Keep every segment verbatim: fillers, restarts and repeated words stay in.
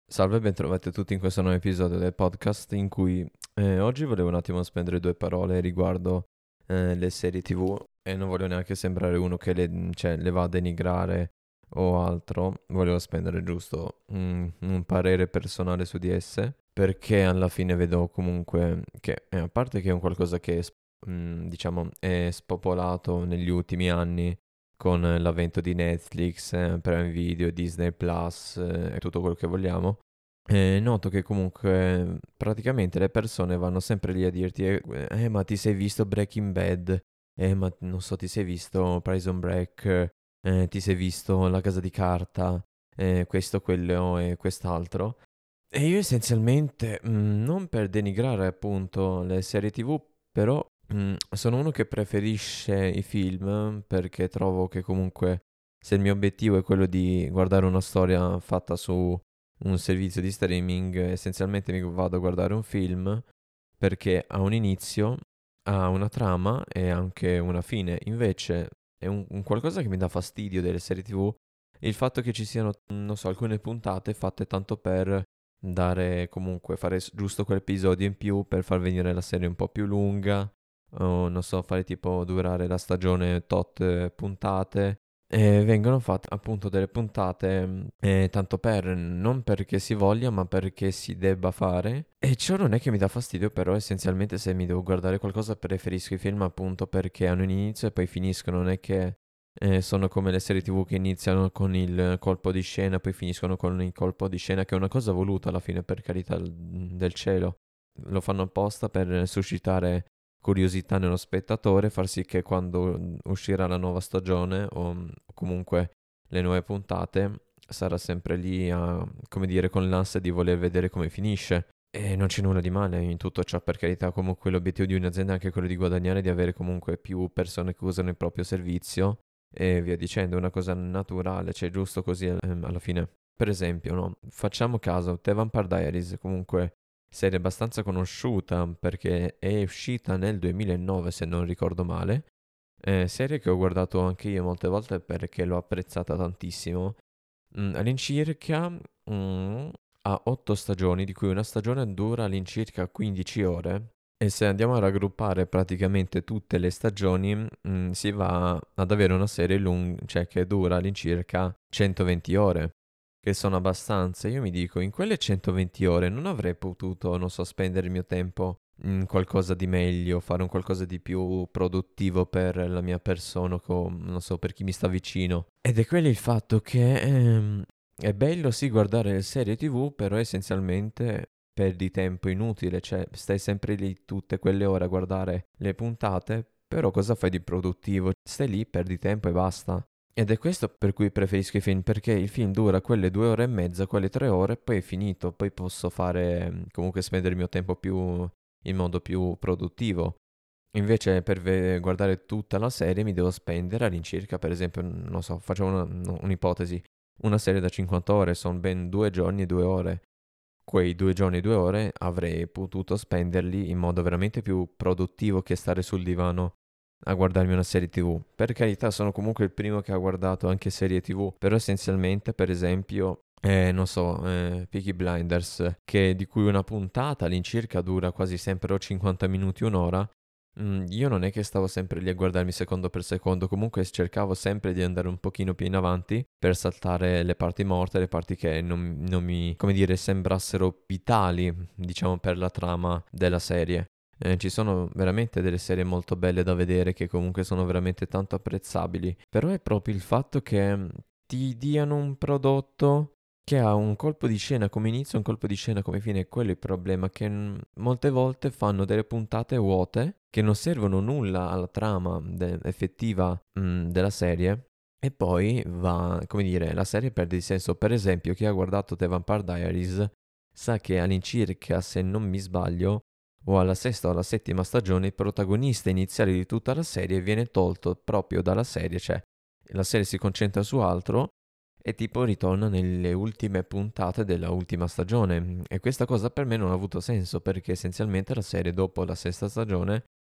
Salve e bentrovati tutti in questo nuovo episodio del podcast in cui eh, oggi volevo un attimo spendere due parole riguardo eh, le serie T V e non voglio neanche sembrare uno che le, cioè, le va a denigrare o altro, volevo spendere giusto un, un parere personale su di esse perché alla fine vedo comunque che eh, a parte che è un qualcosa che s- mm, diciamo è spopolato negli ultimi anni con l'avvento di Netflix, eh, Prime Video, Disney Plus eh, e tutto quello che vogliamo. E noto che comunque praticamente le persone vanno sempre lì a dirti eh, eh, ma ti sei visto Breaking Bad? Eh ma non so ti sei visto Prison Break? Eh, ti sei visto La Casa di Carta? Eh, questo, quello e quest'altro. E io essenzialmente, mm, non per denigrare appunto le serie T V, però mm, sono uno che preferisce i film perché trovo che comunque se il mio obiettivo è quello di guardare una storia fatta su un servizio di streaming, essenzialmente mi vado a guardare un film perché ha un inizio, ha una trama e anche una fine. Invece è un, un qualcosa che mi dà fastidio delle serie T V, il fatto che ci siano, non so, alcune puntate fatte tanto per dare comunque, fare s- giusto quell'episodio in più per far venire la serie un po' più lunga, o non so, fare tipo durare la stagione tot eh, puntate. E vengono fatte appunto delle puntate mm, eh, tanto per, non perché si voglia, ma perché si debba fare. E ciò non è che mi dà fastidio, però essenzialmente se mi devo guardare qualcosa preferisco i film appunto perché hanno un inizio e poi finiscono, non è che eh, sono come le serie T V che iniziano con il colpo di scena, poi finiscono con il colpo di scena, che è una cosa voluta alla fine, per carità del cielo. Lo fanno apposta per suscitare curiosità nello spettatore, far sì che quando uscirà la nuova stagione o o comunque le nuove puntate sarà sempre lì a, come dire, con l'ansia di voler vedere come finisce. E non c'è nulla di male in tutto ciò, per carità, comunque l'obiettivo di un'azienda è anche quello di guadagnare, di avere comunque più persone che usano il proprio servizio e via dicendo, è una cosa naturale, cioè giusto così ehm, alla fine. Per esempio, no? Facciamo caso, The Vampire Diaries, comunque serie abbastanza conosciuta perché è uscita nel duemilanove se non ricordo male, eh, serie che ho guardato anche io molte volte perché l'ho apprezzata tantissimo. Mm, all'incirca mm, ha otto stagioni, di cui una stagione dura all'incirca quindici ore. E se andiamo a raggruppare praticamente tutte le stagioni, mm, si va ad avere una serie lunga, cioè che dura all'incirca centoventi ore, che sono abbastanza. Io mi dico, in quelle centoventi ore non avrei potuto, non so, spendere il mio tempo in qualcosa di meglio, fare un qualcosa di più produttivo per la mia persona, o non so, per chi mi sta vicino. Ed è quello il fatto che ehm, è bello sì guardare le serie T V, però essenzialmente perdi tempo inutile, cioè stai sempre lì tutte quelle ore a guardare le puntate, però cosa fai di produttivo? Stai lì, perdi tempo e basta. Ed è questo per cui preferisco i film, perché il film dura quelle due ore e mezza, quelle tre ore, poi è finito, poi posso fare, mm, comunque spendere il mio tempo più in modo più produttivo. Invece per ve- guardare tutta la serie mi devo spendere all'incirca, per esempio, non so, facciamo una- no, un'ipotesi, una serie da cinquanta ore, sono ben due giorni e due ore. Quei due giorni e due ore avrei potuto spenderli in modo veramente più produttivo che stare sul divano a guardarmi una serie T V. Per carità, sono comunque il primo che ha guardato anche serie T V, però essenzialmente, per esempio, eh, non so, eh, Peaky Blinders, che di cui una puntata all'incirca dura quasi sempre o cinquanta minuti, un'ora. Mm, io non è che stavo sempre lì a guardarmi secondo per secondo, comunque cercavo sempre di andare un pochino più in avanti per saltare le parti morte, le parti che non, non mi, come dire, sembrassero vitali, diciamo, per la trama della serie. Eh, ci sono veramente delle serie molto belle da vedere che comunque sono veramente tanto apprezzabili, però è proprio il fatto che mm, ti diano un prodotto che ha un colpo di scena come inizio e un colpo di scena come fine. Quello è il problema, che mm, molte volte fanno delle puntate vuote che non servono nulla alla trama de- effettiva mm, della serie. E poi va, come dire, la serie perde di senso. Per esempio, chi ha guardato The Vampire Diaries sa che all'incirca, se non mi sbaglio, o alla sesta o alla settima stagione, il protagonista iniziale di tutta la serie viene tolto proprio dalla serie, cioè la serie si concentra su altro e tipo ritorna nelle ultime puntate della ultima stagione. E questa cosa per me non ha avuto senso perché essenzialmente la serie dopo la sesta stagione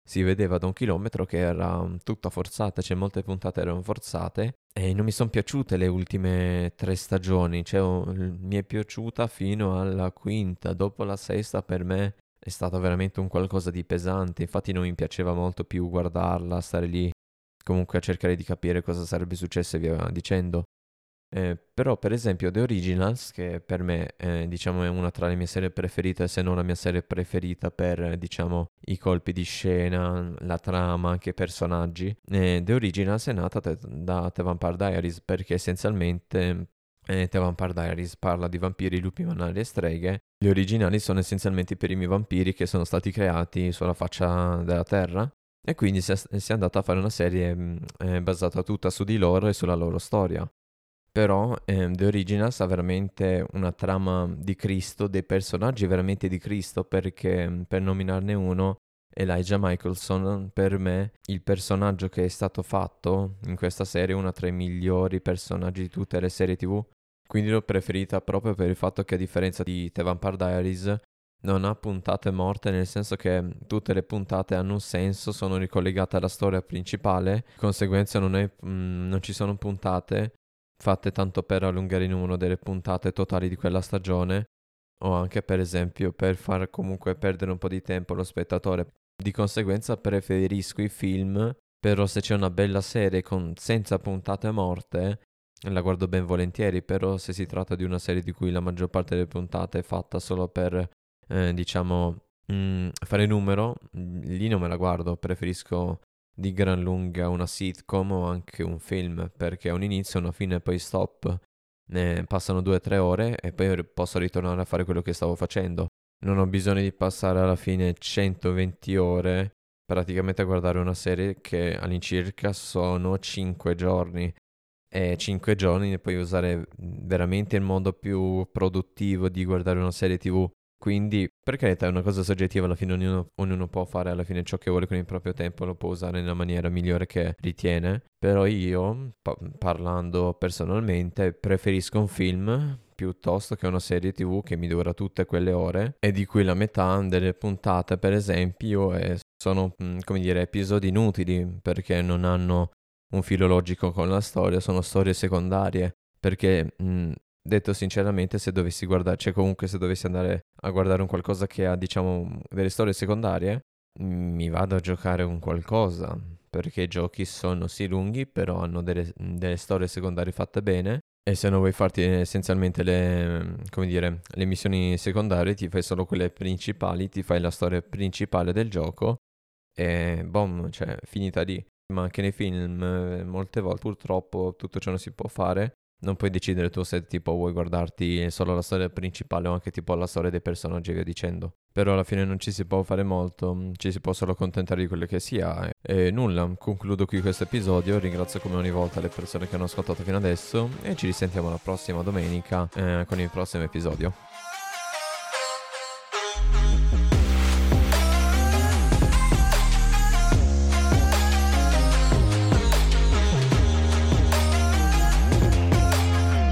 si vedeva da un chilometro che era mm, tutta forzata, cioè molte puntate erano forzate e non mi sono piaciute le ultime tre stagioni, cioè oh, l- mi è piaciuta fino alla quinta, dopo la sesta per me è stato veramente un qualcosa di pesante, infatti non mi piaceva molto più guardarla, stare lì comunque a cercare di capire cosa sarebbe successo e via dicendo. Eh, però per esempio The Originals, che per me eh, diciamo è una tra le mie serie preferite, se non la mia serie preferita per eh, diciamo i colpi di scena, la trama, anche i personaggi, eh, The Originals è nata te- da The Vampire Diaries perché essenzialmente eh, The Vampire Diaries parla di vampiri, lupi mannari e streghe. Gli originali sono essenzialmente i primi vampiri che sono stati creati sulla faccia della terra e quindi si è, si è andata a fare una serie mh, eh, basata tutta su di loro e sulla loro storia. Però ehm, The Originals ha veramente una trama di Cristo, dei personaggi veramente di Cristo, perché mm, per nominarne uno, Elijah Michelson, per me, il personaggio che è stato fatto in questa serie è uno tra i migliori personaggi di tutte le serie T V. Quindi l'ho preferita proprio per il fatto che a differenza di The Vampire Diaries non ha puntate morte, nel senso che mm, tutte le puntate hanno un senso, sono ricollegate alla storia principale, di conseguenza non, è, mm, non ci sono puntate fatte tanto per allungare il numero delle puntate totali di quella stagione o anche per esempio per far comunque perdere un po' di tempo allo spettatore. Di conseguenza preferisco i film, però se c'è una bella serie con, senza puntate morte la guardo ben volentieri, però se si tratta di una serie di cui la maggior parte delle puntate è fatta solo per eh, diciamo mm, fare numero, mm, lì non me la guardo, preferisco di gran lunga una sitcom o anche un film, perché ha un inizio, una fine e poi stop. Ne passano due o tre ore e poi ri- posso ritornare a fare quello che stavo facendo. Non ho bisogno di passare alla fine centoventi ore praticamente a guardare una serie che all'incirca sono cinque giorni. E cinque giorni ne puoi usare veramente il modo più produttivo di guardare una serie T V. Quindi, per carità, è una cosa soggettiva, alla fine ognuno, ognuno può fare alla fine ciò che vuole con il proprio tempo, lo può usare nella maniera migliore che ritiene. Però io, pa- parlando personalmente, preferisco un film piuttosto che una serie T V che mi dura tutte quelle ore e di cui la metà delle puntate, per esempio, è- sono, mm, come dire, episodi inutili perché non hanno un filo logico con la storia, sono storie secondarie. Perché, mh, detto sinceramente, se dovessi guardare, cioè comunque se dovessi andare a guardare un qualcosa che ha, diciamo, delle storie secondarie, mh, mi vado a giocare un qualcosa. Perché i giochi sono sì lunghi, però hanno delle, delle storie secondarie fatte bene. E se non vuoi farti essenzialmente le, come dire, le missioni secondarie, ti fai solo quelle principali, ti fai la storia principale del gioco e boom, cioè finita lì. Ma anche nei film, eh, molte volte purtroppo tutto ciò non si può fare. Non puoi decidere tu se tipo vuoi guardarti solo la storia principale o anche tipo la storia dei personaggi e via dicendo. Però alla fine non ci si può fare molto, mm, ci si può solo accontentare di quello che si ha. E, e nulla, concludo qui questo episodio, ringrazio come ogni volta le persone che hanno ascoltato fino adesso e ci risentiamo la prossima domenica eh, con il prossimo episodio.